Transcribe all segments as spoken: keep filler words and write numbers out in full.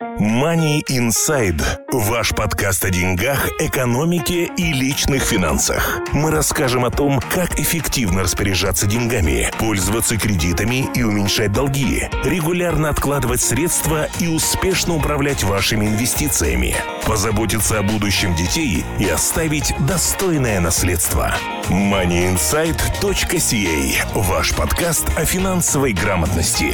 Money Inside – ваш подкаст о деньгах, экономике и личных финансах. Мы расскажем о том, как эффективно распоряжаться деньгами, пользоваться кредитами и уменьшать долги, регулярно откладывать средства и успешно управлять вашими инвестициями, позаботиться о будущем детей и оставить достойное наследство. Money Inside точка си эй – ваш подкаст о финансовой грамотности.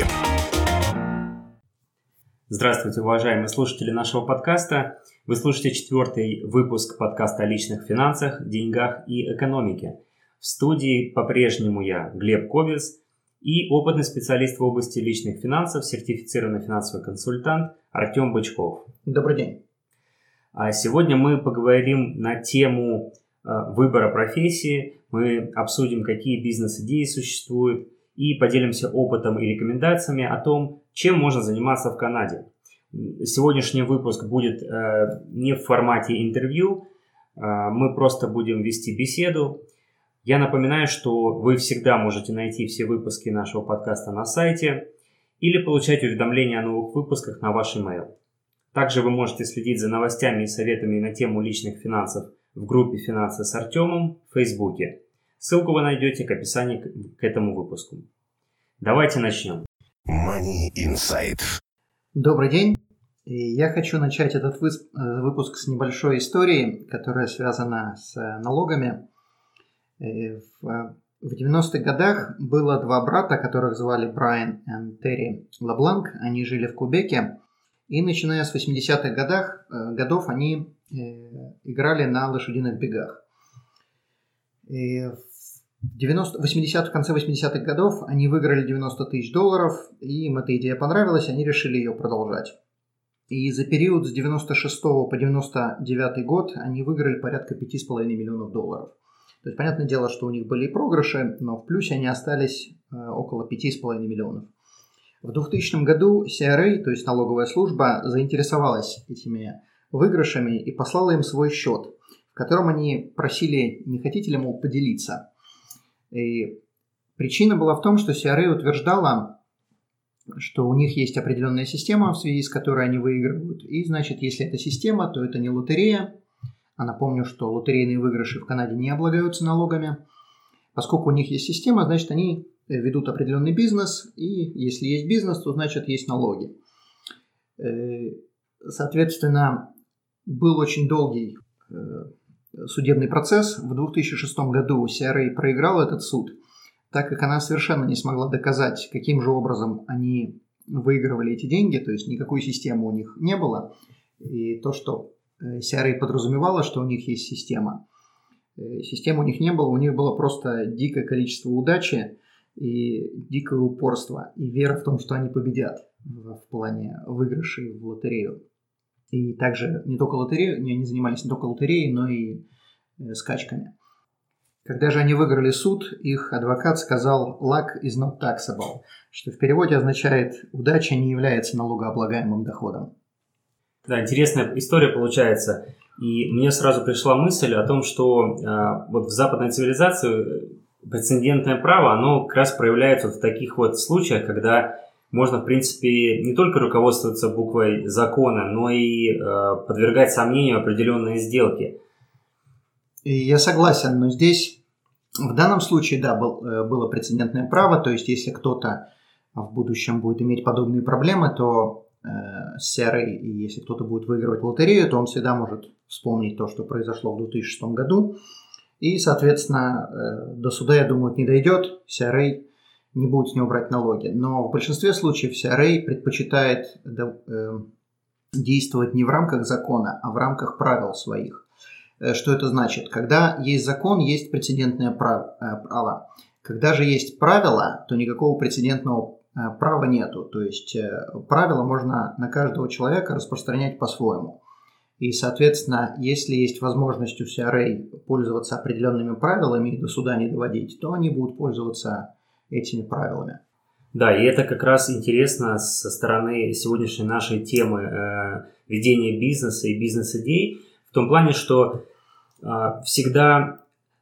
Здравствуйте, уважаемые слушатели нашего подкаста. Вы слушаете четвертый выпуск подкаста о личных финансах, деньгах и экономике. В студии по-прежнему я, Глеб Кобец, и опытный специалист в области личных финансов, сертифицированный финансовый консультант Артем Бычков. Добрый день. А сегодня мы поговорим на тему выбора профессии, мы обсудим, какие бизнес-идеи существуют, и поделимся опытом и рекомендациями о том, чем можно заниматься в Канаде. Сегодняшний выпуск будет э, не в формате интервью, э, мы просто будем вести беседу. Я напоминаю, что вы всегда можете найти все выпуски нашего подкаста на сайте или получать уведомления о новых выпусках на ваш email. Также вы можете следить за новостями и советами на тему личных финансов в группе «Финансы с Артемом» в Фейсбуке. Ссылку вы найдете к описанию к этому выпуску. Давайте начнем. Money Inside. Добрый день. И я хочу начать этот выпуск с небольшой истории, которая связана с налогами. В девяностых годах было два брата, которых звали Брайан и Терри Лебланк. Они жили в Квебеке. И начиная с восьмидесятых годах, годов они играли на лошадиных бегах. И в восьмидесятых, в конце восьмидесятых годов они выиграли девяносто тысяч долларов, и им эта идея понравилась, они решили ее продолжать. И за период с девяносто шестого по девяносто девятый год они выиграли порядка пять с половиной миллионов долларов. То есть, понятное дело, что у них были и проигрыши, но в плюсе они остались около пять с половиной миллионов. В двухтысячном году си ар эй, то есть налоговая служба, заинтересовалась этими выигрышами и послала им свой счет, в котором они просили, не хотите ли, мол, поделиться. И причина была в том, что си ар эй утверждала, что у них есть определенная система, в связи с которой они выигрывают. И, значит, если это система, то это не лотерея. А напомню, что лотерейные выигрыши в Канаде не облагаются налогами. Поскольку у них есть система, значит, они ведут определенный бизнес. И если есть бизнес, то, значит, есть налоги. Соответственно, был очень долгий судебный процесс. В две тысячи шестом году си ар эй проиграла этот суд, так как она совершенно не смогла доказать, каким же образом они выигрывали эти деньги, то есть никакой системы у них не было. И то, что си ар эй подразумевала, что у них есть система, системы у них не было, у них было просто дикое количество удачи и дикое упорство, и вера в том, что они победят в плане выигрышей в лотерею. И также не только лотерею, они занимались не только лотереей, но и э, скачками. Когда же они выиграли суд, их адвокат сказал «luck is not taxable», что в переводе означает «удача не является налогооблагаемым доходом». Да, интересная история получается. И мне сразу пришла мысль о том, что э, вот в западной цивилизации прецедентное право, оно как раз проявляется вот в таких вот случаях, когда можно, в принципе, не только руководствоваться буквой закона, но и э, подвергать сомнению определенные сделки. И я согласен, но здесь в данном случае, да, был, было прецедентное право, то есть если кто-то в будущем будет иметь подобные проблемы, то э, си ар эй, и если кто-то будет выигрывать лотерею, то он всегда может вспомнить то, что произошло в две тысячи шестом году, и, соответственно, э, до суда, я думаю, не дойдет, си ар эй не будет с него брать налоги. Но в большинстве случаев си ар эй предпочитает э, действовать не в рамках закона, а в рамках правил своих. Э, что это значит? Когда есть закон, есть прецедентное прав, э, право. Когда же есть правила, то никакого прецедентного э, права нету. То есть э, правила можно на каждого человека распространять по-своему. И, соответственно, если есть возможность у си ар эй пользоваться определенными правилами и до суда не доводить, то они будут пользоваться этими правилами. Да, и это как раз интересно со стороны сегодняшней нашей темы э, ведения бизнеса и бизнес-идей, в том плане, что э, всегда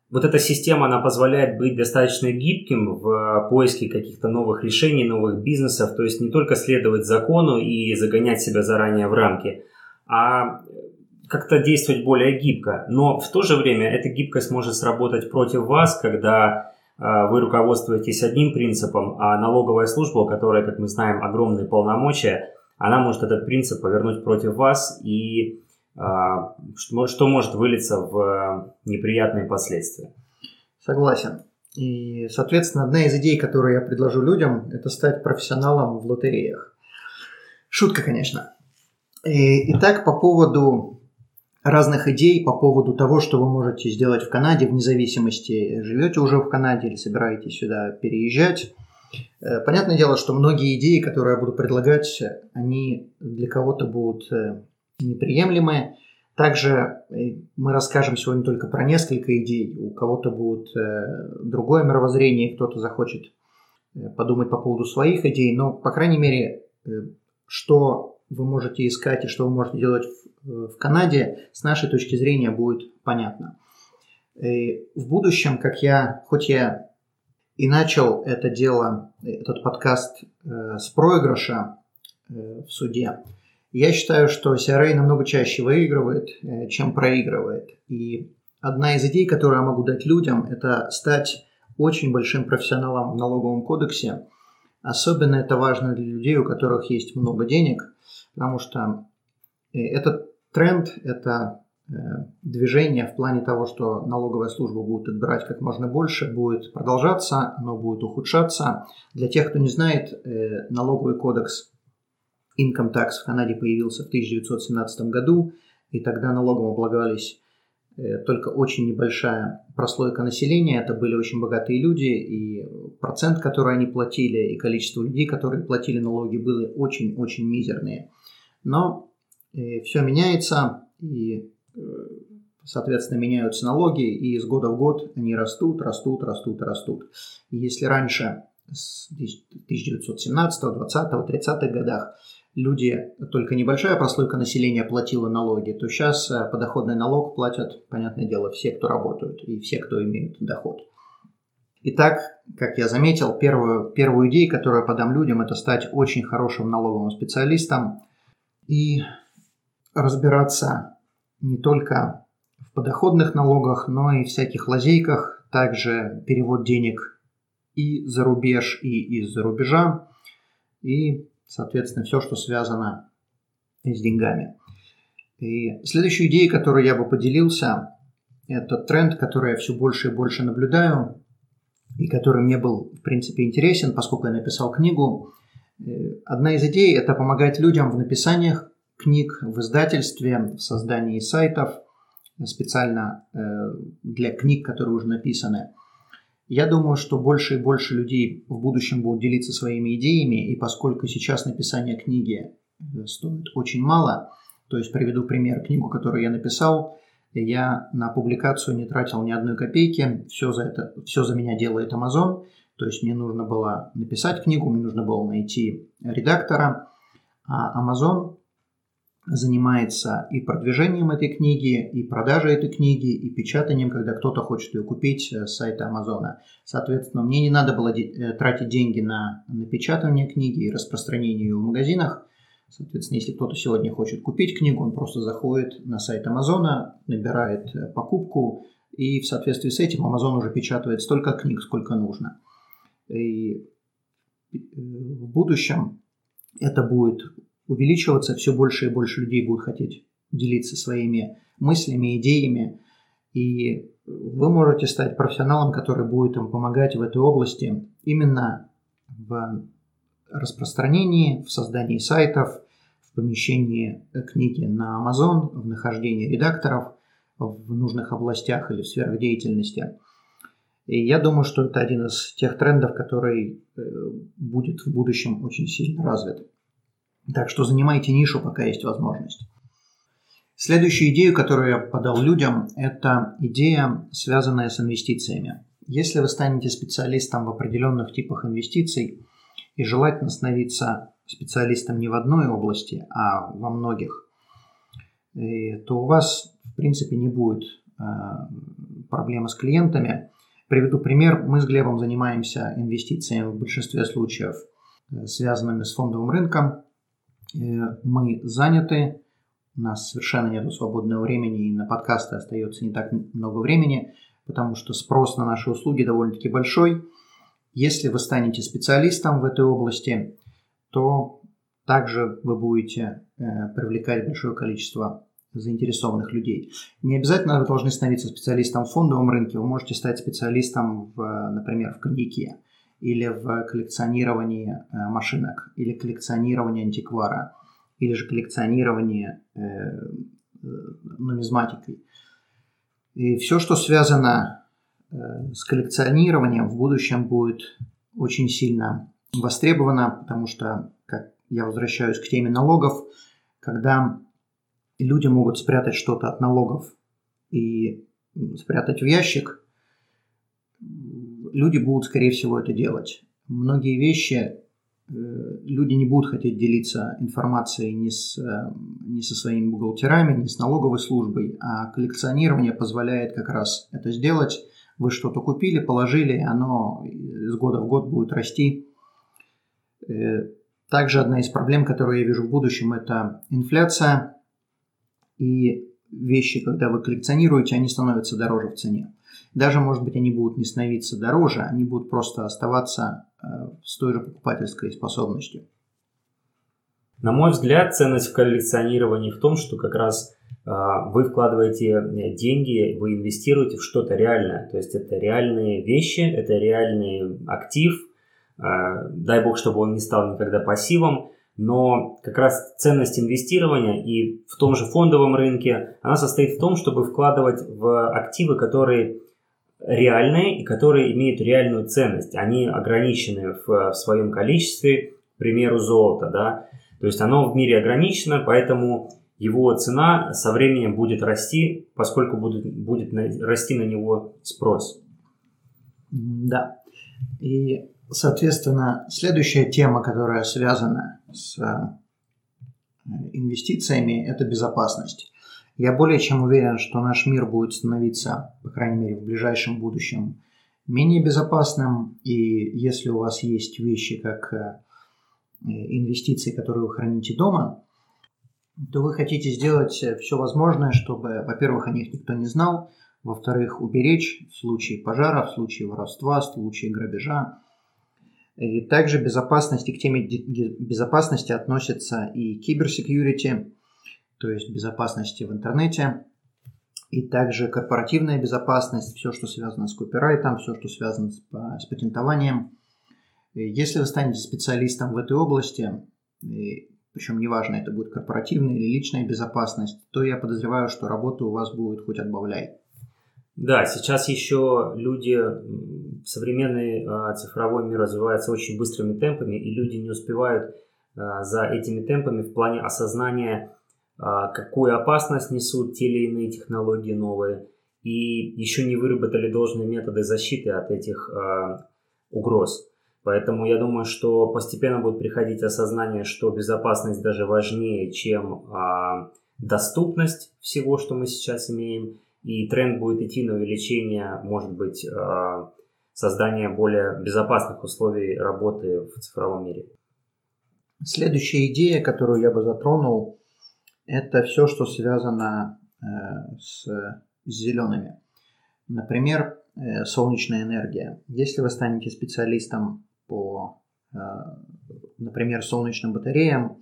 Вот эта система, она позволяет быть достаточно гибким в поиске каких-то новых решений, новых бизнесов, то есть не только следовать закону и загонять себя заранее в рамки, а как-то действовать более гибко. Но в то же время эта гибкость может сработать против вас, когда вы руководствуетесь одним принципом, а налоговая служба, у которой, как мы знаем, огромные полномочия, она может этот принцип повернуть против вас, и что, что может вылиться в неприятные последствия. Согласен. И, соответственно, одна из идей, которую я предложу людям, это стать профессионалом в лотереях. Шутка, конечно. И, итак, по поводу разных идей, по поводу того, что вы можете сделать в Канаде, вне зависимости, живете уже в Канаде или собираетесь сюда переезжать. Понятное дело, что многие идеи, которые я буду предлагать, они для кого-то будут неприемлемые. Также мы расскажем сегодня только про несколько идей. У кого-то будет другое мировоззрение, кто-то захочет подумать по поводу своих идей. Но, по крайней мере, что вы можете искать и что вы можете делать в, в Канаде, с нашей точки зрения будет понятно. И в будущем, как я, хоть я и начал это дело, этот подкаст с проигрыша в суде, я считаю, что си ар эй намного чаще выигрывает, чем проигрывает. И одна из идей, которую я могу дать людям, это стать очень большим профессионалом в налоговом кодексе. Особенно это важно для людей, у которых есть много денег, потому что этот тренд, это движение в плане того, что налоговая служба будет отбирать как можно больше, будет продолжаться, но будет ухудшаться. Для тех, кто не знает, налоговый кодекс Income Tax в Канаде появился в тысяча девятьсот семнадцатом году, и тогда налогом облагались только очень небольшая прослойка населения. Это были очень богатые люди, и процент, который они платили, и количество людей, которые платили налоги, были очень-очень мизерные. Но э, все меняется, и, э, соответственно, меняются налоги, и из года в год они растут, растут, растут, растут. И если раньше, с тысяча девятьсот семнадцатого, двадцатого, тридцатых годах, люди, только небольшая прослойка населения платила налоги, то сейчас подоходный налог платят, понятное дело, все, кто работают, и все, кто имеют доход. Итак, как я заметил, первую, первую идею, которую я подам людям, это стать очень хорошим налоговым специалистом и разбираться не только в подоходных налогах, но и всяких лазейках, также перевод денег и за рубеж, и из-за рубежа, и соответственно, все, что связано с деньгами. И следующую идею, которую я бы поделился, это тренд, который я все больше и больше наблюдаю, и который мне был, в принципе, интересен, поскольку я написал книгу. Одна из идей – это помогать людям в написаниях книг, в издательстве, в создании сайтов, специально для книг, которые уже написаны. Я думаю, что больше и больше людей в будущем будут делиться своими идеями, и поскольку сейчас написание книги стоит очень мало, то есть приведу пример, книгу, которую я написал, я на публикацию не тратил ни одной копейки, все за это, все за меня делает Amazon, то есть мне нужно было написать книгу, мне нужно было найти редактора, а Amazon занимается и продвижением этой книги, и продажей этой книги, и печатанием, когда кто-то хочет ее купить с сайта Амазона. Соответственно, мне не надо было тратить деньги на напечатание книги и распространение ее в магазинах. Соответственно, если кто-то сегодня хочет купить книгу, он просто заходит на сайт Амазона, набирает покупку, и в соответствии с этим Амазон уже печатает столько книг, сколько нужно. И в будущем это будет увеличиваться, все больше и больше людей будут хотеть делиться своими мыслями, идеями, и вы можете стать профессионалом, который будет им помогать в этой области именно в распространении, в создании сайтов, в помещении книги на Amazon, в нахождении редакторов в нужных областях или в сферах деятельности. И я думаю, что это один из тех трендов, который будет в будущем очень сильно развит. Так что занимайте нишу, пока есть возможность. Следующую идею, которую я подал людям, это идея, связанная с инвестициями. Если вы станете специалистом в определенных типах инвестиций, и желательно становиться специалистом не в одной области, а во многих, то у вас, в принципе, не будет проблемы с клиентами. Приведу пример. Мы с Глебом занимаемся инвестициями в большинстве случаев, связанными с фондовым рынком. Мы заняты, у нас совершенно нет свободного времени, и на подкасты остается не так много времени, потому что спрос на наши услуги довольно-таки большой. Если вы станете специалистом в этой области, то также вы будете привлекать большое количество заинтересованных людей. Не обязательно вы должны становиться специалистом в фондовом рынке, вы можете стать специалистом, в, например, в коньяке, или в коллекционировании машинок, или коллекционировании антиквара, или же коллекционировании э, нумизматикой. И все, что связано э, с коллекционированием, в будущем будет очень сильно востребовано, потому что, как я возвращаюсь к теме налогов, когда люди могут спрятать что-то от налогов и спрятать в ящик, люди будут, скорее всего, это делать. Многие вещи люди не будут хотеть делиться информацией ни, с, ни со своими бухгалтерами, ни с налоговой службой, а коллекционирование позволяет как раз это сделать. Вы что-то купили, положили, оно с года в год будет расти. Также одна из проблем, которую я вижу в будущем, это инфляция. И вещи, когда вы коллекционируете, они становятся дороже в цене. Даже, может быть, они будут не становиться дороже, они будут просто оставаться э, с той же покупательской способностью. На мой взгляд, ценность в коллекционировании в том, что как раз э, вы вкладываете деньги, вы инвестируете в что-то реальное. То есть это реальные вещи, это реальный актив. Э, дай бог, чтобы он не стал никогда пассивом. Но как раз ценность инвестирования и в том же фондовом рынке, она состоит в том, чтобы вкладывать в активы, которые реальные и которые имеют реальную ценность. Они ограничены в, в своем количестве, к примеру, золото, да. То есть оно в мире ограничено, поэтому его цена со временем будет расти, поскольку будет, будет расти на него спрос. Да. И соответственно, следующая тема, которая связана с инвестициями, это безопасность. Я более чем уверен, что наш мир будет становиться, по крайней мере, в ближайшем будущем менее безопасным. И если у вас есть вещи, как инвестиции, которые вы храните дома, то вы хотите сделать все возможное, чтобы, во-первых, о них никто не знал, во-вторых, уберечь в случае пожара, в случае воровства, в случае грабежа. И также безопасности, к теме безопасности относится и киберсекьюрити, то есть безопасности в интернете, и также корпоративная безопасность, все, что связано с копирайтом, все, что связано с, с патентованием. Если вы станете специалистом в этой области, причем неважно, это будет корпоративная или личная безопасность, то я подозреваю, что работы у вас будет хоть отбавляй. Да, сейчас еще люди, современный э, цифровой мир развивается очень быстрыми темпами, и люди не успевают э, за этими темпами в плане осознания, э, какую опасность несут те или иные технологии новые, и еще не выработали должные методы защиты от этих э, угроз. Поэтому я думаю, что постепенно будет приходить осознание, что безопасность даже важнее, чем э, доступность всего, что мы сейчас имеем. И тренд будет идти на увеличение, может быть, создания более безопасных условий работы в цифровом мире. Следующая идея, которую я бы затронул, это все, что связано с зелеными. Например, солнечная энергия. Если вы станете специалистом по, например, солнечным батареям,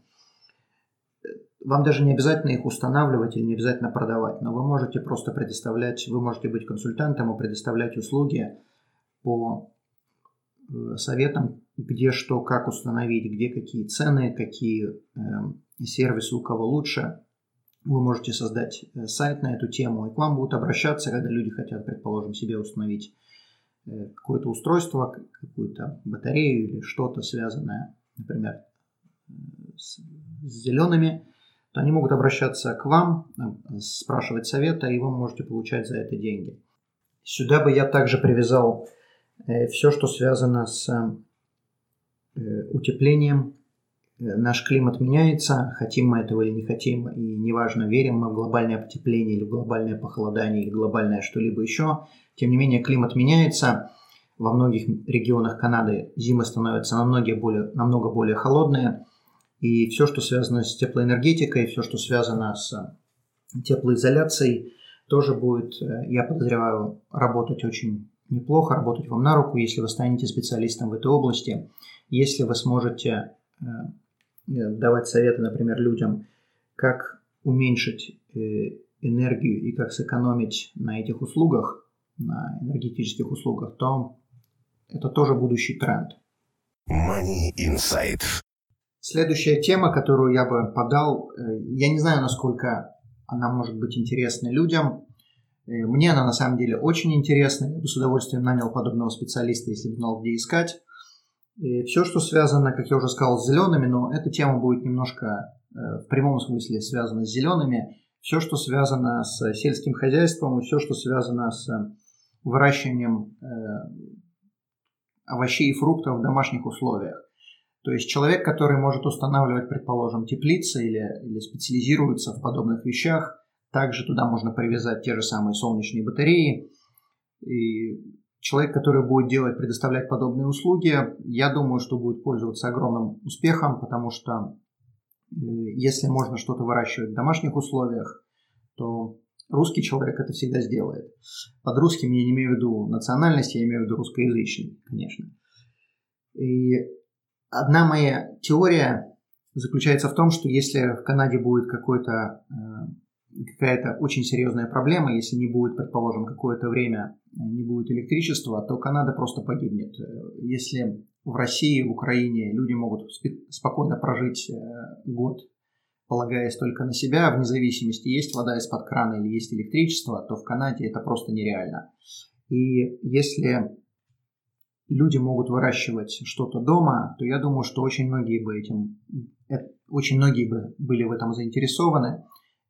вам даже не обязательно их устанавливать или не обязательно продавать, но вы можете просто предоставлять, вы можете быть консультантом и предоставлять услуги по советам, где что, как установить, где какие цены, какие э, сервисы у кого лучше. Вы можете создать сайт на эту тему, и к вам будут обращаться, когда люди хотят, предположим, себе установить э, какое-то устройство, какую-то батарею или что-то связанное, например, с, с зелеными, то они могут обращаться к вам, спрашивать совета, и вы можете получать за это деньги. Сюда бы я также привязал э, все, что связано с э, утеплением, наш климат меняется, хотим мы этого или не хотим, и неважно, верим мы в глобальное потепление или в глобальное похолодание или глобальное что-либо еще, тем не менее климат меняется. Во многих регионах Канады зимы становятся намного более, намного более холодные, и все, что связано с теплоэнергетикой, все, что связано с теплоизоляцией, тоже будет, я подозреваю, работать очень неплохо, работать вам на руку, если вы станете специалистом в этой области, если вы сможете э, давать советы, например, людям, как уменьшить э, энергию и как сэкономить на этих услугах, на энергетических услугах, то это тоже будущий тренд. Money Insight. Следующая тема, которую я бы подал, э, я не знаю, насколько она может быть интересна людям. Мне она на самом деле очень интересна. Я бы с удовольствием нанял подобного специалиста, если бы знал, где искать. И все, что связано, как я уже сказал, с зелеными, но эта тема будет немножко в прямом смысле связана с зелеными. Все, что связано с сельским хозяйством, и все, что связано с выращиванием овощей и фруктов в домашних условиях. То есть человек, который может устанавливать, предположим, теплицы или, или специализируется в подобных вещах, также туда можно привязать те же самые солнечные батареи. И человек, который будет делать, предоставлять подобные услуги, я думаю, что будет пользоваться огромным успехом, потому что если можно что-то выращивать в домашних условиях, то русский человек это всегда сделает. Под русским я не имею в виду национальность, я имею в виду русскоязычный, конечно. И одна моя теория заключается в том, что если в Канаде будет какой-то какая-то очень серьезная проблема, если не будет, предположим, какое-то время не будет электричества, то Канада просто погибнет. Если в России, в Украине люди могут спокойно прожить год, полагаясь только на себя, вне зависимости, есть вода из-под крана или есть электричество, то в Канаде это просто нереально. И если люди могут выращивать что-то дома, то я думаю, что очень многие бы этим, очень многие бы были в этом заинтересованы.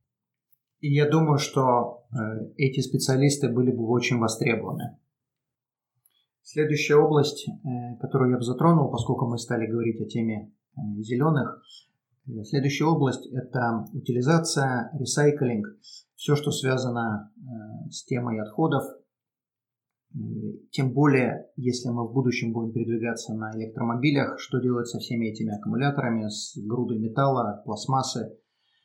И я думаю, что э, эти специалисты были бы очень востребованы. Следующая область, э, которую я бы затронул, поскольку мы стали говорить о теме э, зеленых, э, следующая область – это утилизация, ресайклинг, все, что связано э, с темой отходов. Э, тем более, если мы в будущем будем передвигаться на электромобилях, что делать со всеми этими аккумуляторами, с грудой металла, пластмассы.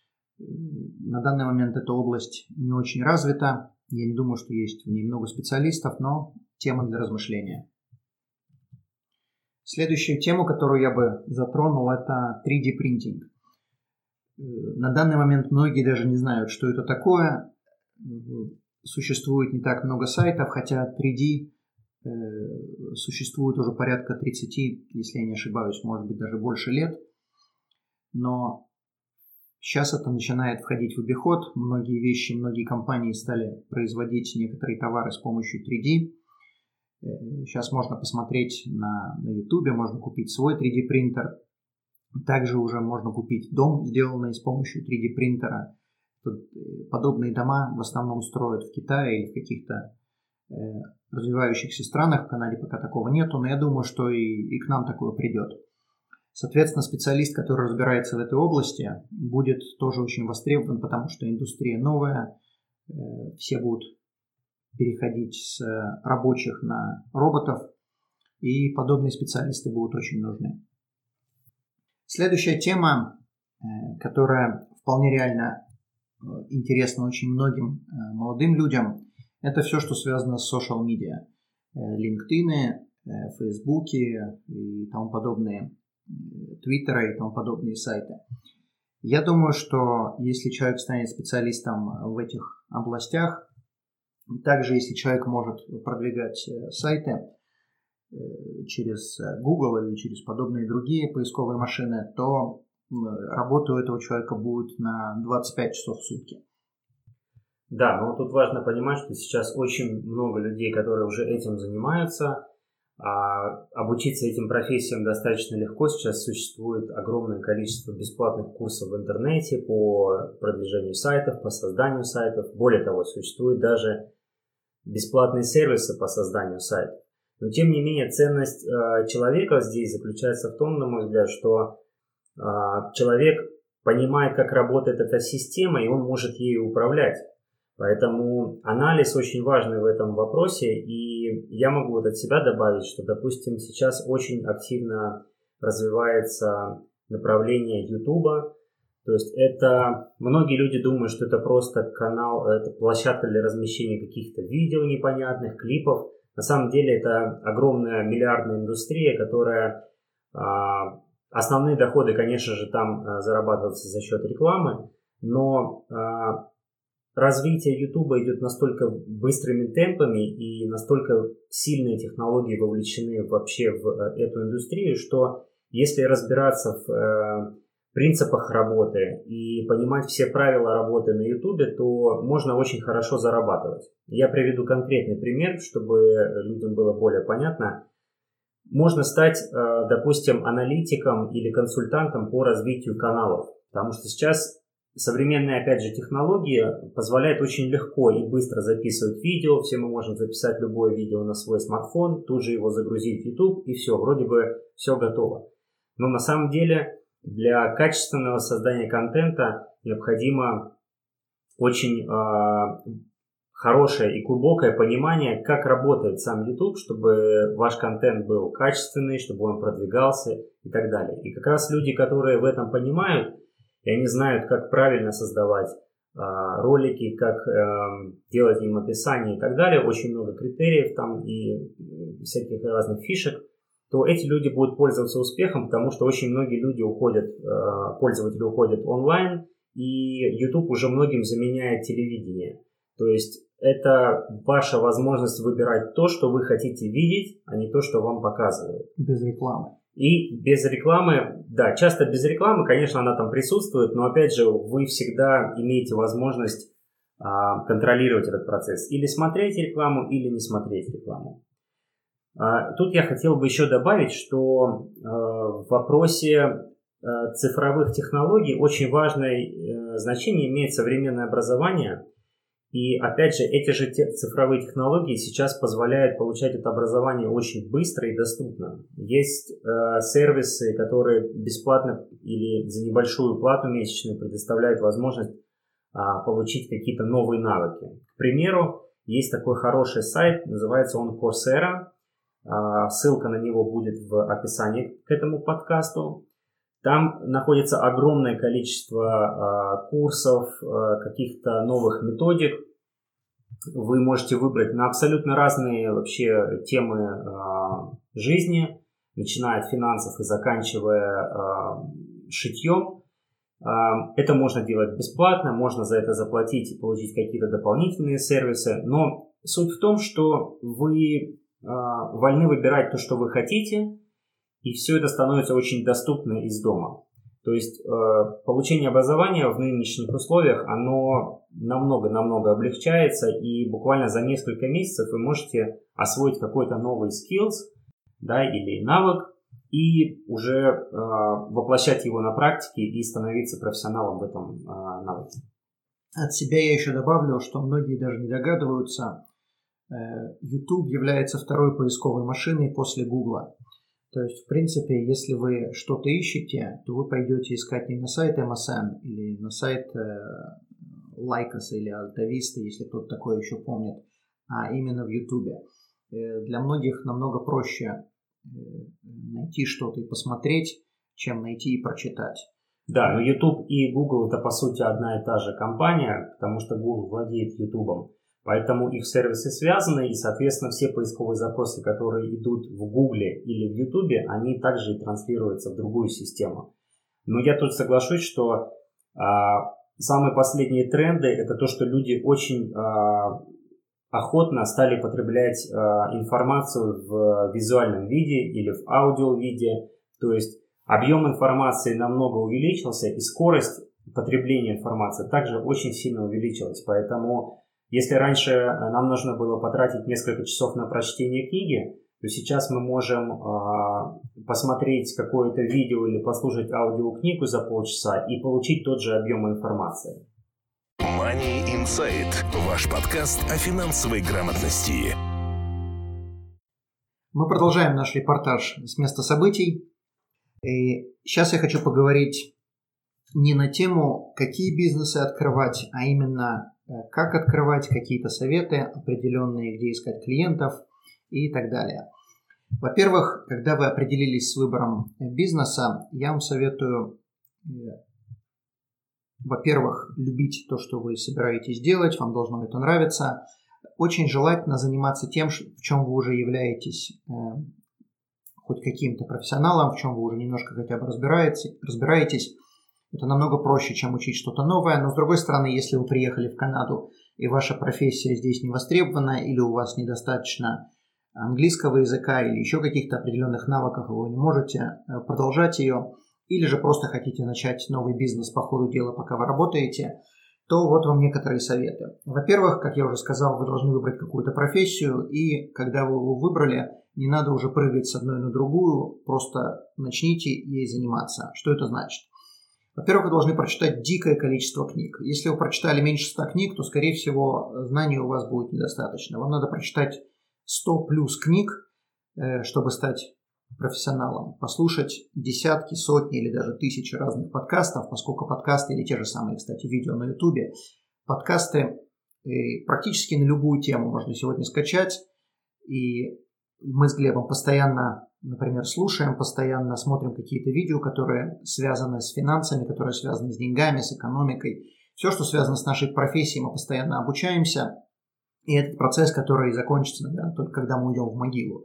На данный момент эта область не очень развита. Я не думаю, что есть в ней много специалистов, но тема для размышления. Следующую тему, которую я бы затронул, это три дэ принтинг. На данный момент многие даже не знают, что это такое. Существует не так много сайтов, хотя три дэ существует уже порядка тридцати, если я не ошибаюсь, может быть даже больше лет. Но сейчас это начинает входить в обиход. Многие вещи, многие компании стали производить некоторые товары с помощью три дэ. Сейчас можно посмотреть на, на YouTube, можно купить свой три дэ принтер. Также уже можно купить дом, сделанный с помощью три дэ принтера. Подобные дома в основном строят в Китае или в каких-то э, развивающихся странах. В Канаде пока такого нету, но я думаю, что и, и к нам такое придет. Соответственно, специалист, который разбирается в этой области, будет тоже очень востребован, потому что индустрия новая, все будут переходить с рабочих на роботов, и подобные специалисты будут очень нужны. Следующая тема, которая вполне реально интересна очень многим молодым людям, это все, что связано с social media, LinkedIn, Facebook и тому подобные, Твиттера и тому подобные сайты. Я думаю, что если человек станет специалистом в этих областях, также если человек может продвигать сайты через Google или через подобные другие поисковые машины, то работа у этого человека будет на двадцать пять часов в сутки. Да, но тут важно понимать, что сейчас очень много людей, которые уже этим занимаются. А обучиться этим профессиям достаточно легко. Сейчас существует огромное количество бесплатных курсов в интернете по продвижению сайтов, по созданию сайтов. Более того, существуют даже бесплатные сервисы по созданию сайтов. Но тем не менее, ценность э, человека здесь заключается в том, на мой взгляд, что человек понимает, как работает эта система, и он может ею управлять. Поэтому анализ очень важный в этом вопросе, и я могу вот от себя добавить, что, допустим, сейчас очень активно развивается направление YouTube. То есть это многие люди думают, что это просто канал, это площадка для размещения каких-то видео непонятных, клипов. На самом деле это огромная миллиардная индустрия, которая а, основные доходы, конечно же, там а, зарабатываются за счет рекламы, но а, развитие YouTube идет настолько быстрыми темпами и настолько сильные технологии вовлечены вообще в эту индустрию, что если разбираться в э, принципах работы и понимать все правила работы на YouTube, то можно очень хорошо зарабатывать. Я приведу конкретный пример, чтобы людям было более понятно. Можно стать, э, допустим, аналитиком или консультантом по развитию каналов, потому что сейчас современные, опять же, технологии позволяют очень легко и быстро записывать видео. Все мы можем записать любое видео на свой смартфон, тут же его загрузить в YouTube, и все, вроде бы все готово. Но на самом деле для качественного создания контента необходимо очень э, хорошее и глубокое понимание, как работает сам YouTube, чтобы ваш контент был качественный, чтобы он продвигался и так далее. И как раз люди, которые в этом понимают, и они знают, как правильно создавать э, ролики, как э, делать им описание и так далее, очень много критериев там и всяких разных фишек, то эти люди будут пользоваться успехом, потому что очень многие люди уходят, э, пользователи уходят онлайн, и YouTube уже многим заменяет телевидение. То есть это ваша возможность выбирать то, что вы хотите видеть, а не то, что вам показывают. Без рекламы. И без рекламы, да, часто без рекламы, конечно, она там присутствует, но опять же вы всегда имеете возможность а, контролировать этот процесс. Или смотреть рекламу, или не смотреть рекламу. А, тут я хотел бы еще добавить, что а, в вопросе а, цифровых технологий очень важное а, значение имеет современное образование. И опять же, эти же те, цифровые технологии сейчас позволяют получать это образование очень быстро и доступно. Есть э, сервисы, которые бесплатно или за небольшую плату месячную предоставляют возможность э, получить какие-то новые навыки. К примеру, есть такой хороший сайт, называется он Coursera. Э, ссылка на него будет в описании к этому подкасту. Там находится огромное количество э, курсов, э, каких-то новых методик. Вы можете выбрать на абсолютно разные вообще темы э, жизни, начиная от финансов и заканчивая э, шитьем. Э, это можно делать бесплатно, можно за это заплатить и получить какие-то дополнительные сервисы. Но суть в том, что вы э, вольны выбирать то, что вы хотите, и все это становится очень доступно из дома. То есть э, получение образования в нынешних условиях, оно намного-намного облегчается, и буквально за несколько месяцев вы можете освоить какой-то новый skills, да, или навык, и уже э, воплощать его на практике и становиться профессионалом в этом э, навыке. От себя я еще добавлю, что многие даже не догадываются, э, YouTube является второй поисковой машиной после Google. То есть, в принципе, если вы что-то ищете, то вы пойдете искать не на сайт эм эс эн или на сайт Lycos или Altavista, если кто-то такое еще помнит, а именно в YouTube. Для многих намного проще найти что-то и посмотреть, чем найти и прочитать. Да, но YouTube и Google это по сути одна и та же компания, потому что Google владеет YouTube. Поэтому их сервисы связаны, и, соответственно, все поисковые запросы, которые идут в Google или в YouTube, они также и транслируются в другую систему. Но я тут соглашусь, что а, самые последние тренды – это то, что люди очень а, охотно стали потреблять а, информацию в визуальном виде или в аудио-виде. То есть объем информации намного увеличился, и скорость потребления информации также очень сильно увеличилась. Поэтому если раньше нам нужно было потратить несколько часов на прочтение книги, то сейчас мы можем э, посмотреть какое-то видео или послушать аудиокнигу за полчаса и получить тот же объем информации. Money Insight. Ваш подкаст о финансовой грамотности. Мы продолжаем наш репортаж с места событий. И сейчас я хочу поговорить не на тему, какие бизнесы открывать, а именно как открывать, какие-то советы определенные, где искать клиентов и так далее. Во-первых, когда вы определились с выбором бизнеса, я вам советую, во-первых, любить то, что вы собираетесь делать, вам должно это нравиться. Очень желательно заниматься тем, в чем вы уже являетесь хоть каким-то профессионалом, в чем вы уже немножко хотя бы разбираетесь, разбираетесь. Это намного проще, чем учить что-то новое. Но с другой стороны, если вы приехали в Канаду и ваша профессия здесь не востребована, или у вас недостаточно английского языка или еще каких-то определенных навыков, вы не можете продолжать ее, или же просто хотите начать новый бизнес по ходу дела, пока вы работаете, то вот вам некоторые советы. Во-первых, как я уже сказал, вы должны выбрать какую-то профессию, и когда вы его выбрали, не надо уже прыгать с одной на другую, просто начните ей заниматься. Что это значит? Во-первых, вы должны прочитать дикое количество книг. Если вы прочитали меньше ста книг, то, скорее всего, знаний у вас будет недостаточно. Вам надо прочитать сто плюс книг, чтобы стать профессионалом. Послушать десятки, сотни или даже тысячи разных подкастов, поскольку подкасты или те же самые, кстати, видео на ютубе, подкасты практически на любую тему можно сегодня скачать. И мы с Глебом постоянно, например, слушаем, постоянно смотрим какие-то видео, которые связаны с финансами, которые связаны с деньгами, с экономикой. Все, что связано с нашей профессией, мы постоянно обучаемся. И этот процесс, который закончится, наверное, только когда мы уйдем в могилу.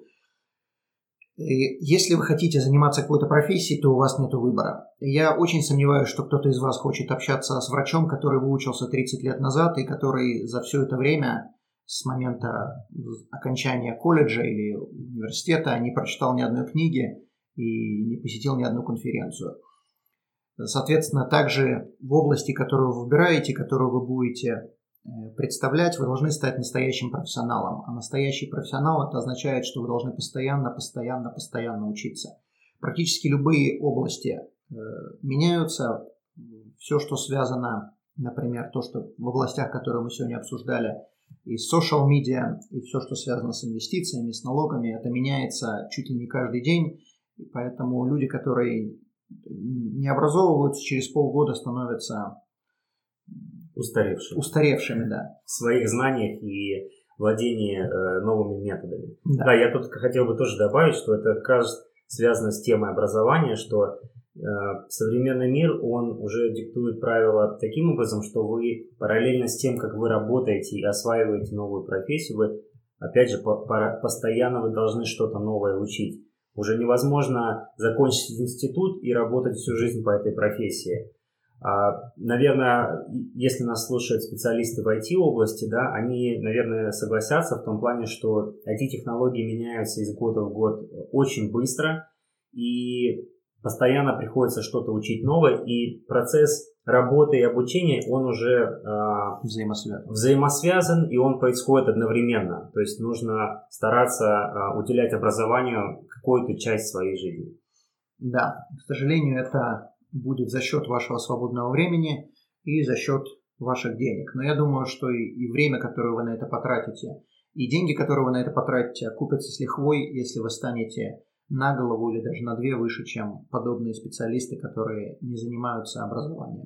И если вы хотите заниматься какой-то профессией, то у вас нет выбора. Я очень сомневаюсь, что кто-то из вас хочет общаться с врачом, который выучился тридцать лет назад и который за все это время, с момента окончания колледжа или университета, не прочитал ни одной книги и не посетил ни одну конференцию. Соответственно, также в области, которую вы выбираете, которую вы будете представлять, вы должны стать настоящим профессионалом. А настоящий профессионал — это означает, что вы должны постоянно, постоянно, постоянно учиться. Практически любые области э, меняются. Все, что связано, например, то, что в областях, которые мы сегодня обсуждали, и social media, и все, что связано с инвестициями, с налогами, это меняется чуть ли не каждый день. И поэтому люди, которые не образовываются, через полгода становятся Устаревшими. Устаревшими, да. В своих знаниях и владении э, новыми методами. Да. да, я тут хотел бы тоже добавить, что это, кажется, связано с темой образования, что э, современный мир, он уже диктует правила таким образом, что вы параллельно с тем, как вы работаете и осваиваете новую профессию, вы, опять же, по, по, постоянно вы должны что-то новое учить. Уже невозможно закончить институт и работать всю жизнь по этой профессии. Наверное, если нас слушают специалисты в ай ти-области, да, они, наверное, согласятся в том плане, что ай ти-технологии меняются из года в год очень быстро, и постоянно приходится что-то учить новое, и процесс работы и обучения, он уже э, взаимосвязан. взаимосвязан, и он происходит одновременно. То есть нужно стараться э, уделять образованию какую-то часть своей жизни. Да, к сожалению, это будет за счет вашего свободного времени и за счет ваших денег. Но я думаю, что и, и время, которое вы на это потратите, и деньги, которые вы на это потратите, окупятся с лихвой, если вы станете на голову или даже на две выше, чем подобные специалисты, которые не занимаются образованием.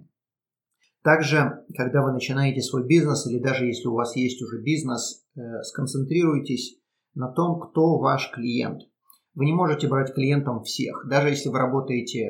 Также, когда вы начинаете свой бизнес, или даже если у вас есть уже бизнес, э, сконцентрируйтесь на том, кто ваш клиент. Вы не можете брать клиентом всех. Даже если вы работаете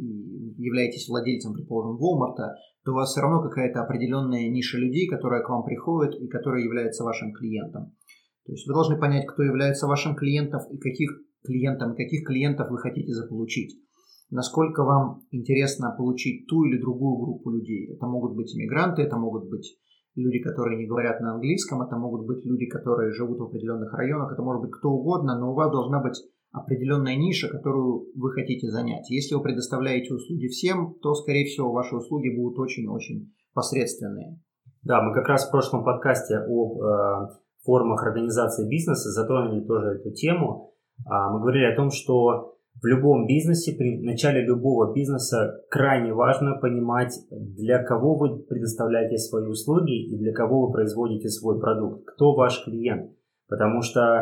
и являетесь владельцем, предположим, Walmart, то у вас все равно какая-то определенная ниша людей, которая к вам приходит и которая является вашим клиентом. То есть вы должны понять, кто является вашим клиентом и каких клиентов, каких клиентов вы хотите заполучить. Насколько вам интересно получить ту или другую группу людей. Это могут быть иммигранты, это могут быть люди, которые не говорят на английском, это могут быть люди, которые живут в определенных районах, это может быть кто угодно, но у вас должна быть определенная ниша, которую вы хотите занять. Если вы предоставляете услуги всем, то, скорее всего, ваши услуги будут очень-очень посредственные. Да, мы как раз в прошлом подкасте об э, формах организации бизнеса затронули тоже эту тему. А, мы говорили о том, что в любом бизнесе, при начале любого бизнеса крайне важно понимать, для кого вы предоставляете свои услуги и для кого вы производите свой продукт, кто ваш клиент. Потому что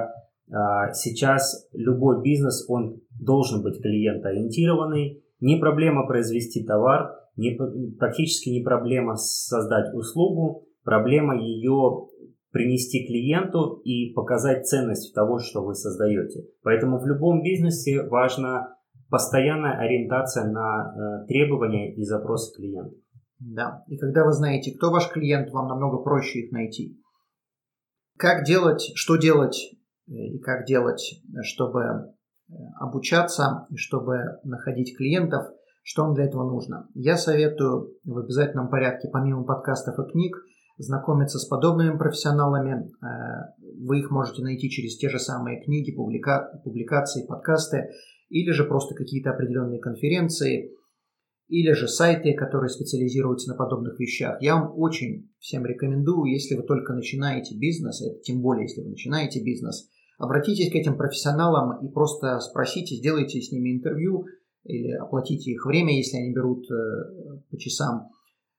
Сейчас любой бизнес, он должен быть клиентоориентированный. Не проблема произвести товар, не, практически не проблема создать услугу, проблема ее принести клиенту и показать ценность того, что вы создаете. Поэтому в любом бизнесе важна постоянная ориентация на э, требования и запросы клиента. Да, и когда вы знаете, кто ваш клиент, вам намного проще их найти. Как делать, что делать и как делать, чтобы обучаться, и чтобы находить клиентов, что вам для этого нужно. Я советую в обязательном порядке, помимо подкастов и книг, знакомиться с подобными профессионалами. Вы их можете найти через те же самые книги, публика... публикации, подкасты, или же просто какие-то определенные конференции, или же сайты, которые специализируются на подобных вещах. Я вам очень всем рекомендую, если вы только начинаете бизнес, это тем более, если вы начинаете бизнес, обратитесь к этим профессионалам и просто спросите, сделайте с ними интервью или оплатите их время, если они берут э, по часам.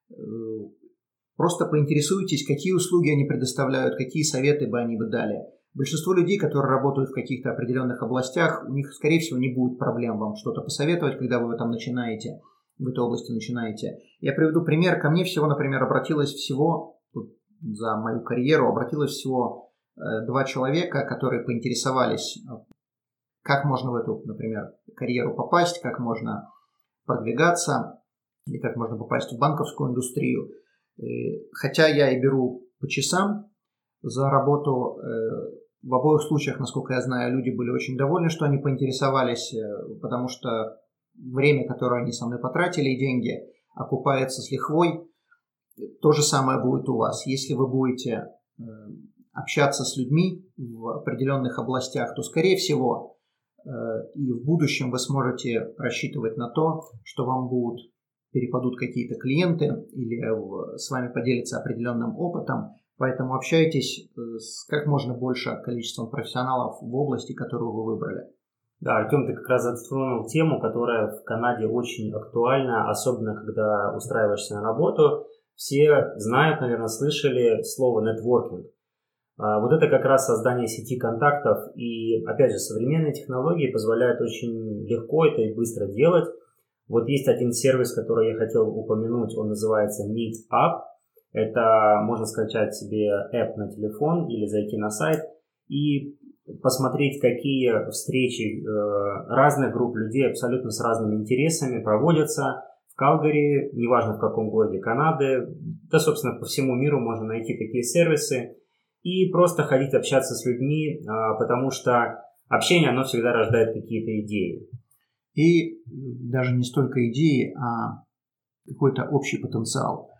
Просто поинтересуйтесь, какие услуги они предоставляют, какие советы бы они бы дали. Большинство людей, которые работают в каких-то определенных областях, у них, скорее всего, не будет проблем вам что-то посоветовать, когда вы там начинаете, в этой области начинаете. Я приведу пример. Ко мне всего, например, обратилось всего, за мою карьеру, обратилось всего два человека, которые поинтересовались, как можно в эту, например, карьеру попасть, как можно продвигаться, или как можно попасть в банковскую индустрию. Хотя я и беру по часам за работу, в обоих случаях, насколько я знаю, люди были очень довольны, что они поинтересовались, потому что время, которое они со мной потратили, и деньги, окупается с лихвой. То же самое будет у вас. Если вы будете общаться с людьми в определенных областях, то, скорее всего, и в будущем вы сможете рассчитывать на то, что вам будут перепадут какие-то клиенты или с вами поделятся определенным опытом. Поэтому общайтесь с как можно большим количеством профессионалов в области, которую вы выбрали. Да, Артем, ты как раз затронул тему, которая в Канаде очень актуальна, особенно когда устраиваешься на работу. Все знают, наверное, слышали слово нетворкинг. Вот это как раз создание сети контактов, и, опять же, современные технологии позволяют очень легко это и быстро делать. Вот есть один сервис, который я хотел упомянуть, он называется Meetup. Это можно скачать себе app на телефон или зайти на сайт и посмотреть, какие встречи разных групп людей абсолютно с разными интересами проводятся в Калгари, неважно в каком городе Канады, да, собственно, по всему миру можно найти такие сервисы. И просто ходить общаться с людьми, потому что общение, оно всегда рождает какие-то идеи. И даже не столько идеи, а какой-то общий потенциал.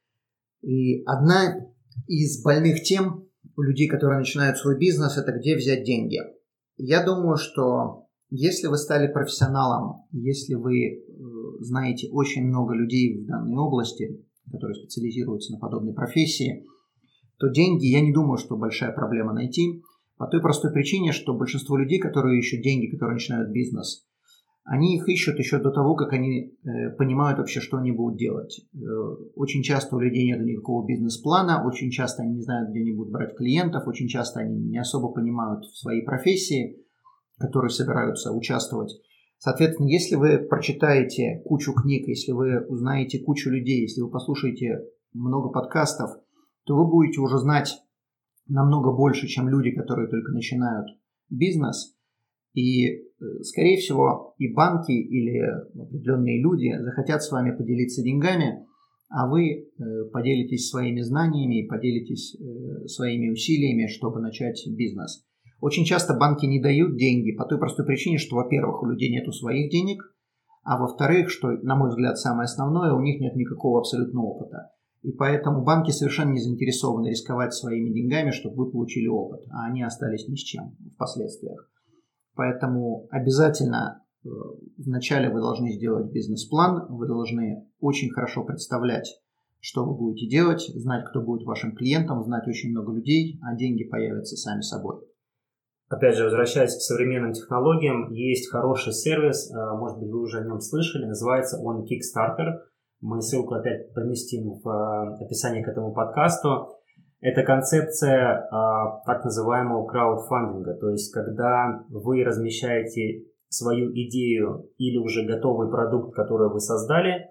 И одна из больных тем у людей, которые начинают свой бизнес, это где взять деньги. Я думаю, что если вы стали профессионалом, если вы знаете очень много людей в данной области, которые специализируются на подобной профессии, то деньги, я не думаю, что большая проблема найти, по той простой причине, что большинство людей, которые ищут деньги, которые начинают бизнес, они их ищут еще до того, как они э, понимают вообще, что они будут делать. Э, очень часто у людей нет никакого бизнес-плана, очень часто они не знают, где они будут брать клиентов, очень часто они не особо понимают в своей профессии, в которой собираются участвовать. Соответственно, если вы прочитаете кучу книг, если вы узнаете кучу людей, если вы послушаете много подкастов, то вы будете уже знать намного больше, чем люди, которые только начинают бизнес. И, скорее всего, и банки или определенные люди захотят с вами поделиться деньгами, а вы поделитесь своими знаниями и поделитесь своими усилиями, чтобы начать бизнес. Очень часто банки не дают деньги по той простой причине, что, во-первых, у людей нет своих денег, а во-вторых, что, на мой взгляд, самое основное, у них нет никакого абсолютного опыта. И поэтому банки совершенно не заинтересованы рисковать своими деньгами, чтобы вы получили опыт, а они остались ни с чем в последствиях. Поэтому обязательно вначале вы должны сделать бизнес-план, вы должны очень хорошо представлять, что вы будете делать, знать, кто будет вашим клиентом, знать очень много людей, а деньги появятся сами собой. Опять же, возвращаясь к современным технологиям, есть хороший сервис, может быть, вы уже о нем слышали, называется он Kickstarter. Мы ссылку опять поместим в описании к этому подкасту. Это концепция а, так называемого краудфандинга, то есть когда вы размещаете свою идею или уже готовый продукт, который вы создали,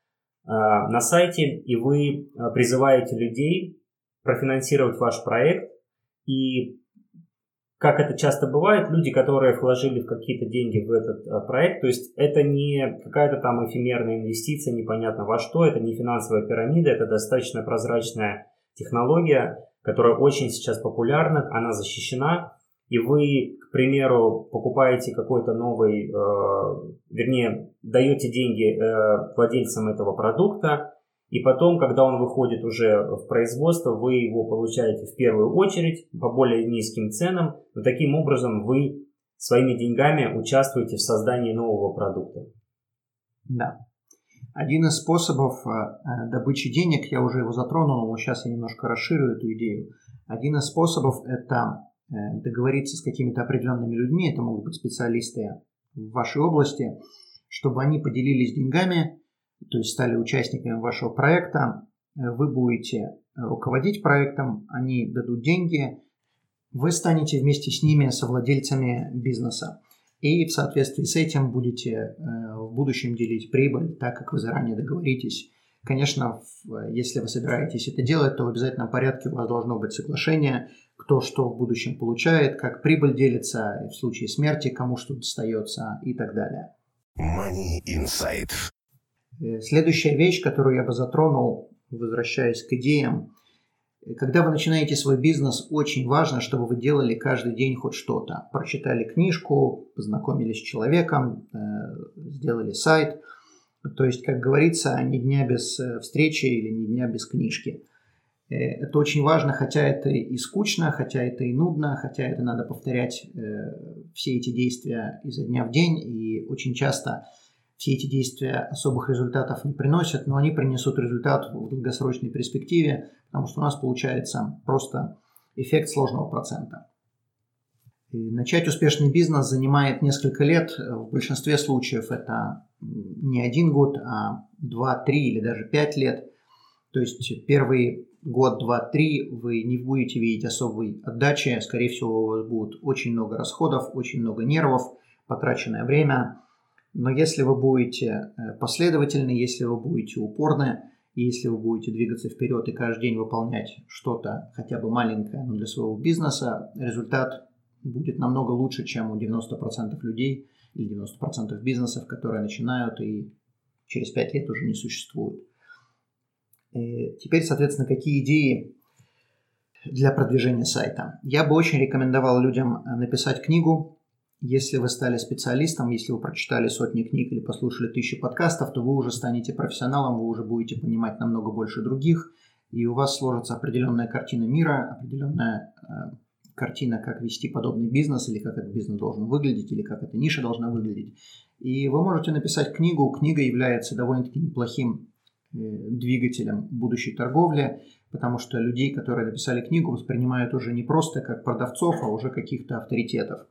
а, на сайте, и вы а, призываете людей профинансировать ваш проект. И как это часто бывает, люди, которые вложили в какие-то деньги в этот а, проект, то есть это не какая-то там эфемерная инвестиция, непонятно во что, это не финансовая пирамида, это достаточно прозрачная технология, которая очень сейчас популярна, она защищена, и вы, к примеру, покупаете какой-то новый, э, вернее, даете деньги э, владельцам этого продукта, и потом, когда он выходит уже в производство, вы его получаете в первую очередь по более низким ценам, но таким образом вы своими деньгами участвуете в создании нового продукта. Да. Один из способов добычи денег, я уже его затронул, но сейчас я немножко расширю эту идею. Один из способов – это договориться с какими-то определенными людьми, это могут быть специалисты в вашей области, чтобы они поделились деньгами, то есть стали участниками вашего проекта. Вы будете руководить проектом, они дадут деньги, вы станете вместе с ними совладельцами бизнеса. И в соответствии с этим будете в будущем делить прибыль, так как вы заранее договоритесь. Конечно, если вы собираетесь это делать, то в обязательном порядке у вас должно быть соглашение, кто что в будущем получает, как прибыль делится, в случае смерти кому что достается и так далее. Money Insight. Следующая вещь, которую я бы затронул, возвращаясь к идеям. Когда вы начинаете свой бизнес, очень важно, чтобы вы делали каждый день хоть что-то. Прочитали книжку, познакомились с человеком, сделали сайт. То есть, как говорится, ни дня без встречи или ни дня без книжки. Это очень важно, хотя это и скучно, хотя это и нудно, хотя это надо повторять все эти действия изо дня в день. И очень часто все эти действия особых результатов не приносят, но они принесут результат в долгосрочной перспективе, потому что у нас получается просто эффект сложного процента. И начать успешный бизнес занимает несколько лет. В большинстве случаев это не один год, а два, три или даже пять лет. То есть первый год, два, три вы не будете видеть особой отдачи. Скорее всего, у вас будет очень много расходов, очень много нервов, потраченное время. Но если вы будете последовательны, если вы будете упорны, и если вы будете двигаться вперед и каждый день выполнять что-то хотя бы маленькое, но для своего бизнеса, результат будет намного лучше, чем у девяноста процентов людей или девяноста процентов бизнесов, которые начинают и через пять лет уже не существуют. И теперь, соответственно, какие идеи для продвижения сайта? Я бы очень рекомендовал людям написать книгу. Если вы стали специалистом, если вы прочитали сотни книг или послушали тысячи подкастов, то вы уже станете профессионалом, вы уже будете понимать намного больше других, и у вас сложится определенная картина мира, определенная э, картина, как вести подобный бизнес, или как этот бизнес должен выглядеть, или как эта ниша должна выглядеть. И вы можете написать книгу. Книга является довольно-таки неплохим э, двигателем будущей торговли, потому что людей, которые написали книгу, воспринимают уже не просто как продавцов, а уже каких-то авторитетов.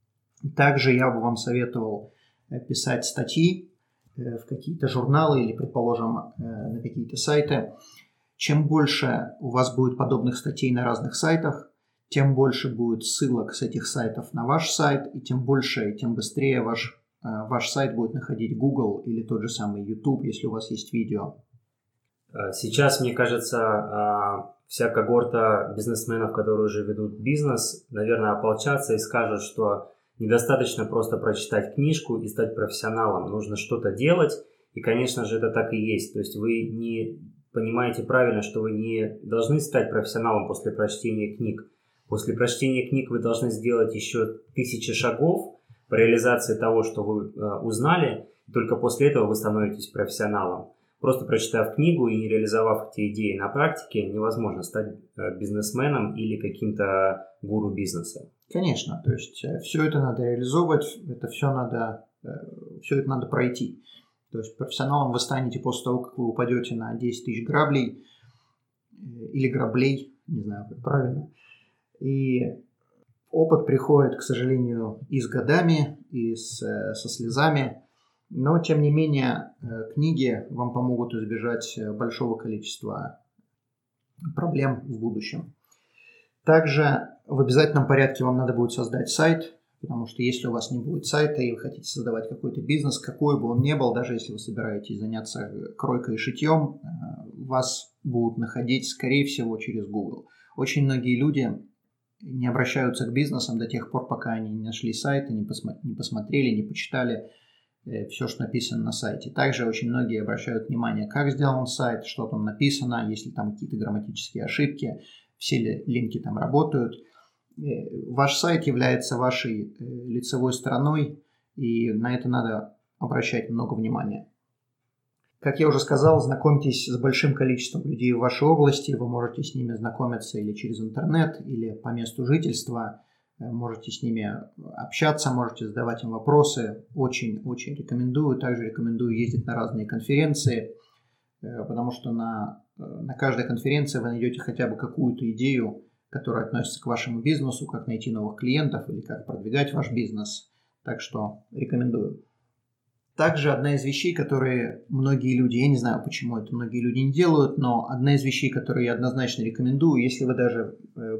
Также я бы вам советовал писать статьи в какие-то журналы или, предположим, на какие-то сайты. Чем больше у вас будет подобных статей на разных сайтах, тем больше будет ссылок с этих сайтов на ваш сайт, и тем больше и тем быстрее ваш, ваш сайт будет находить Google или тот же самый YouTube, если у вас есть видео. Сейчас, мне кажется, вся когорта бизнесменов, которые уже ведут бизнес, наверное, ополчатся и скажут, что недостаточно просто прочитать книжку и стать профессионалом. Нужно что-то делать, и, конечно же, это так и есть. То есть вы не понимаете правильно, что вы не должны стать профессионалом после прочтения книг. После прочтения книг вы должны сделать еще тысячи шагов по реализации того, что вы э, узнали, и только после этого вы становитесь профессионалом. Просто прочитав книгу и не реализовав эти идеи на практике, невозможно стать э, бизнесменом или каким-то гуру бизнеса. Конечно, то есть все это надо реализовывать, это все надо, все это надо пройти. То есть профессионалом вы станете после того, как вы упадете на десять тысяч граблей или граблей, не знаю, как правильно. И опыт приходит, к сожалению, и с годами, и с, со слезами. Но, тем не менее, книги вам помогут избежать большого количества проблем в будущем. Также в обязательном порядке вам надо будет создать сайт, потому что если у вас не будет сайта и вы хотите создавать какой-то бизнес, какой бы он ни был, даже если вы собираетесь заняться кройкой и шитьем, вас будут находить, скорее всего, через Google. Очень многие люди не обращаются к бизнесам до тех пор, пока они не нашли сайт, не, посмо- не посмотрели, не почитали все, что написано на сайте. Также очень многие обращают внимание, как сделан сайт, что там написано, есть ли там какие-то грамматические ошибки, все ли линки там работают. Ваш сайт является вашей лицевой стороной, и на это надо обращать много внимания. Как я уже сказал, знакомьтесь с большим количеством людей в вашей области. Вы можете с ними знакомиться или через интернет, или по месту жительства. Можете с ними общаться, можете задавать им вопросы. Очень-очень рекомендую. Также рекомендую ездить на разные конференции, потому что на, на каждой конференции вы найдете хотя бы какую-то идею, которая относится к вашему бизнесу, как найти новых клиентов или как продвигать ваш бизнес. Так что рекомендую. Также одна из вещей, которые многие люди, я не знаю, почему это многие люди не делают, но одна из вещей, которые я однозначно рекомендую, если вы даже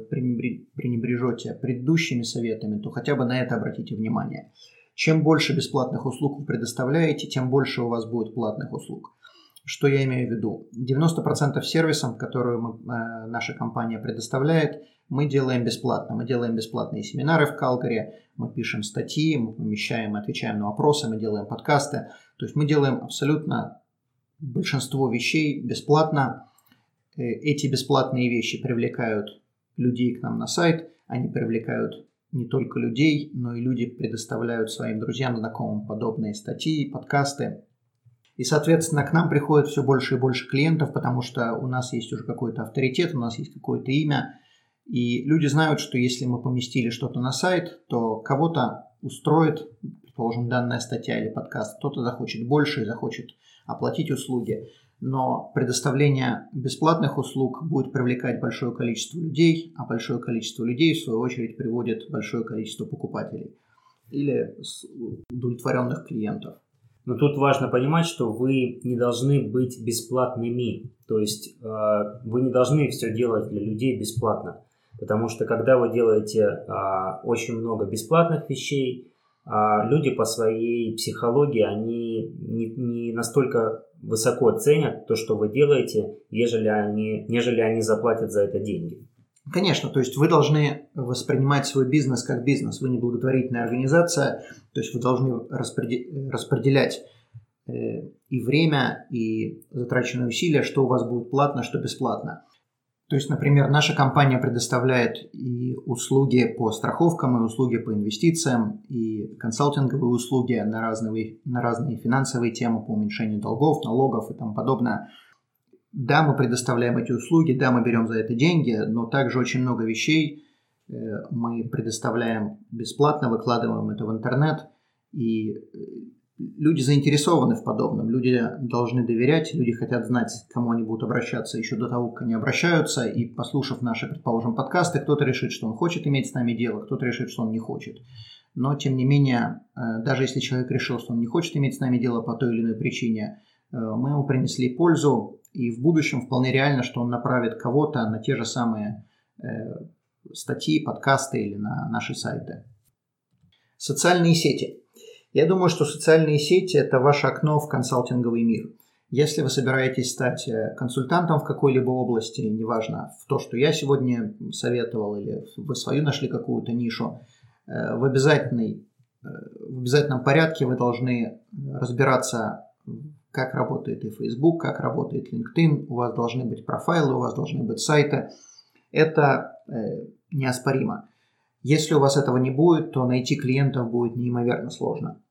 пренебрежете предыдущими советами, то хотя бы на это обратите внимание. Чем больше бесплатных услуг вы предоставляете, тем больше у вас будет платных услуг. Что я имею в виду? девяносто процентов сервисов, которые мы, э, наша компания предоставляет, мы делаем бесплатно. Мы делаем бесплатные семинары в Калгари, мы пишем статьи, мы помещаем, отвечаем на вопросы, мы делаем подкасты. То есть мы делаем абсолютно большинство вещей бесплатно. Эти бесплатные вещи привлекают людей к нам на сайт, они привлекают не только людей, но и люди предоставляют своим друзьям, знакомым подобные статьи, подкасты. И, соответственно, к нам приходит все больше и больше клиентов, потому что у нас есть уже какой-то авторитет, у нас есть какое-то имя. И люди знают, что если мы поместили что-то на сайт, то кого-то устроит, предположим, данная статья или подкаст, кто-то захочет больше и захочет оплатить услуги. Но предоставление бесплатных услуг будет привлекать большое количество людей, а большое количество людей, в свою очередь, приводит большое количество покупателей или удовлетворенных клиентов. Но тут важно понимать, что вы не должны быть бесплатными. То есть э, вы не должны все делать для людей бесплатно. Потому что когда вы делаете э, очень много бесплатных вещей, э, люди по своей психологии, они не, не настолько высоко ценят то, что вы делаете, ежели они, нежели они заплатят за это деньги. Конечно, то есть вы должны воспринимать свой бизнес как бизнес. Вы не благотворительная организация, то есть вы должны распределять и время, и затраченные усилия, что у вас будет платно, что бесплатно. То есть, например, наша компания предоставляет и услуги по страховкам, и услуги по инвестициям, и консалтинговые услуги на разные, на разные финансовые темы по уменьшению долгов, налогов и тому подобное. Да, мы предоставляем эти услуги, да, мы берем за это деньги, но также очень много вещей мы предоставляем бесплатно, выкладываем это в интернет, и люди заинтересованы в подобном, люди должны доверять, люди хотят знать, к кому они будут обращаться еще до того, как они обращаются, и послушав наши, предположим, подкасты, кто-то решит, что он хочет иметь с нами дело, кто-то решит, что он не хочет. Но, тем не менее, даже если человек решил, что он не хочет иметь с нами дело по той или иной причине, мы ему принесли пользу, и в будущем вполне реально, что он направит кого-то на те же самые э, статьи, подкасты или на наши сайты. Социальные сети. Я думаю, что социальные сети – это ваше окно в консалтинговый мир. Если вы собираетесь стать консультантом в какой-либо области, неважно, в то, что я сегодня советовал, или вы свою нашли какую-то нишу, э, в, обязательной, э, в обязательном порядке вы должны разбираться, как работает и Facebook, как работает LinkedIn, у вас должны быть профайлы, у вас должны быть сайты. Это э, неоспоримо. Если у вас этого не будет, то найти клиентов будет неимоверно сложно.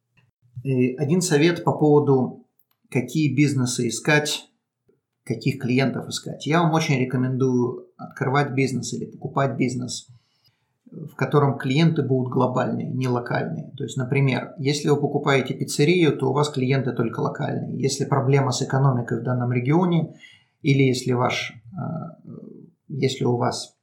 И один совет по поводу, какие бизнесы искать, каких клиентов искать. Я вам очень рекомендую открывать бизнес или покупать бизнес, в котором клиенты будут глобальные, не локальные. То есть, например, если вы покупаете пиццерию, то у вас клиенты только локальные. Если проблема с экономикой в данном регионе, или если, ваш, если у вас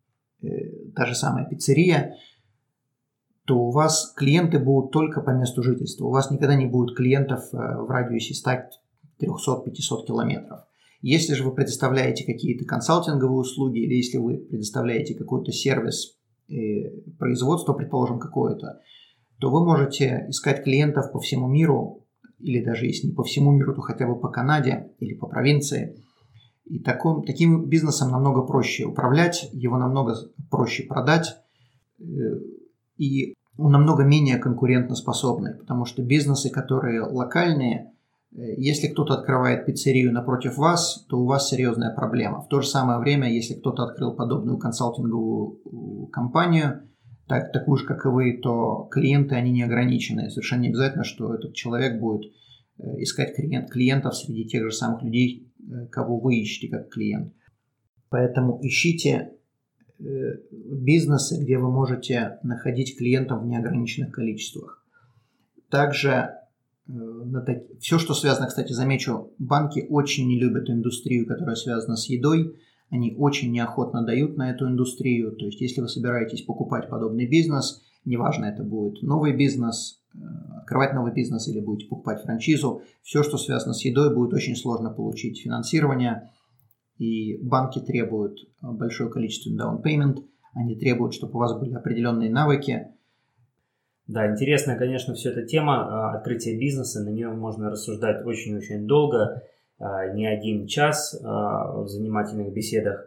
та же самая пиццерия, то у вас клиенты будут только по месту жительства. У вас никогда не будет клиентов в радиусе сто, триста, пятьсот километров. Если же вы предоставляете какие-то консалтинговые услуги или если вы предоставляете какой-то сервис производства, предположим, какое-то, то вы можете искать клиентов по всему миру, или даже если не по всему миру, то хотя бы по Канаде или по провинции. И таком, таким бизнесом намного проще управлять, его намного проще продать, и он намного менее конкурентоспособный, потому что бизнесы, которые локальные, если кто-то открывает пиццерию напротив вас, то у вас серьезная проблема. В то же самое время, если кто-то открыл подобную консалтинговую компанию, так, такую же, как и вы, то клиенты, они не ограничены. Совершенно не обязательно, что этот человек будет искать клиент, клиентов среди тех же самых людей, кого вы ищете как клиент. Поэтому ищите бизнесы, где вы можете находить клиентов в неограниченных количествах. Также все, что связано, кстати, замечу, банки очень не любят индустрию, которая связана с едой. Они очень неохотно дают на эту индустрию. То есть, если вы собираетесь покупать подобный бизнес, неважно, это будет новый бизнес, открывать новый бизнес или будете покупать франшизу, все, что связано с едой, будет очень сложно получить финансирование. И банки требуют большое количество down payment, они требуют, чтобы у вас были определенные навыки. Да, интересная, конечно, все эта тема открытия бизнеса, на нее можно рассуждать очень-очень долго, не один час в занимательных беседах.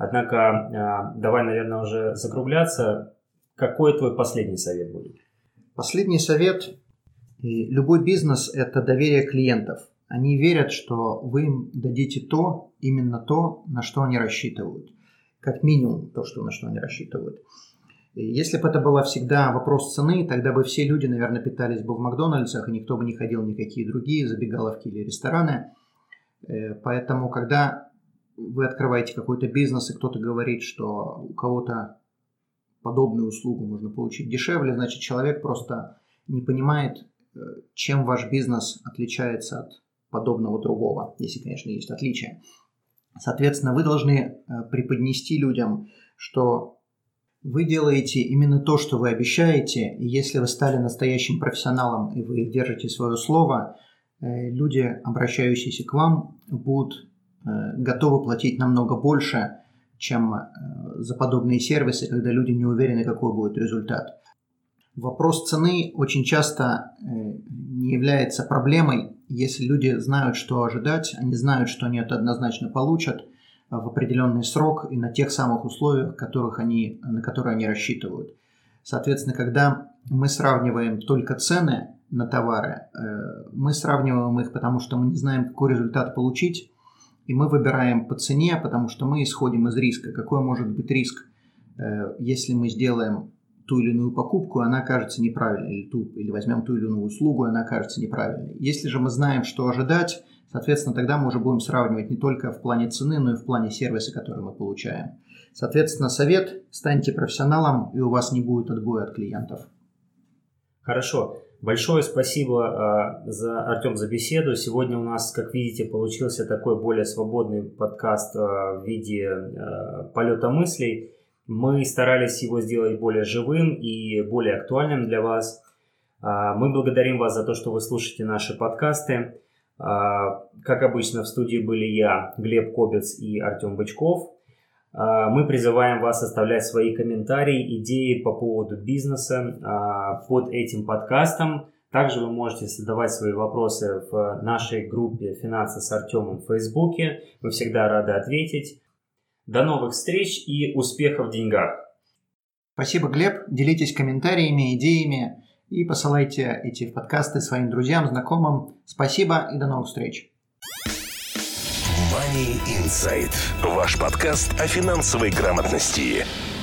Однако, давай, наверное, уже закругляться. Какой твой последний совет будет? Последний совет. Любой бизнес – это доверие клиентов. Они верят, что вы им дадите то, именно то, на что они рассчитывают. Как минимум то, что, на что они рассчитывают. Если бы это было всегда вопрос цены, тогда бы все люди, наверное, питались бы в Макдональдсах, и никто бы не ходил в никакие другие забегаловки или рестораны. Поэтому, когда вы открываете какой-то бизнес, и кто-то говорит, что у кого-то подобную услугу можно получить дешевле, значит, человек просто не понимает, чем ваш бизнес отличается от подобного другого, если, конечно, есть отличия. Соответственно, вы должны преподнести людям, что вы делаете именно то, что вы обещаете, и если вы стали настоящим профессионалом и вы держите свое слово, люди, обращающиеся к вам, будут готовы платить намного больше, чем за подобные сервисы, когда люди не уверены, какой будет результат. Вопрос цены очень часто не является проблемой, если люди знают, что ожидать, они знают, что они это однозначно получат в определенный срок и на тех самых условиях, которых они, на которые они рассчитывают. Соответственно, когда мы сравниваем только цены на товары, мы сравниваем их, потому что мы не знаем, какой результат получить, и мы выбираем по цене, потому что мы исходим из риска. Какой может быть риск, если мы сделаем ту или иную покупку, она окажется неправильной, или, ту, или возьмем ту или иную услугу, она окажется неправильной. Если же мы знаем, что ожидать, соответственно, тогда мы уже будем сравнивать не только в плане цены, но и в плане сервиса, который мы получаем. Соответственно, совет: станьте профессионалом, и у вас не будет отбоя от клиентов. Хорошо. Большое спасибо, за, Артем, за беседу. Сегодня у нас, как видите, получился такой более свободный подкаст в виде полета мыслей. Мы старались его сделать более живым и более актуальным для вас. Мы благодарим вас за то, что вы слушаете наши подкасты. Как обычно, в студии были я, Глеб Кобец и Артем Бычков. Мы призываем вас оставлять свои комментарии, идеи по поводу бизнеса под этим подкастом. Также вы можете задавать свои вопросы в нашей группе «Финансы с Артемом» в Фейсбуке. Мы всегда рады ответить. До новых встреч и успехов в деньгах! Спасибо, Глеб. Делитесь комментариями, идеями и посылайте эти подкасты своим друзьям, знакомым. Спасибо и до новых встреч! Money Insight. Ваш подкаст о финансовой грамотности.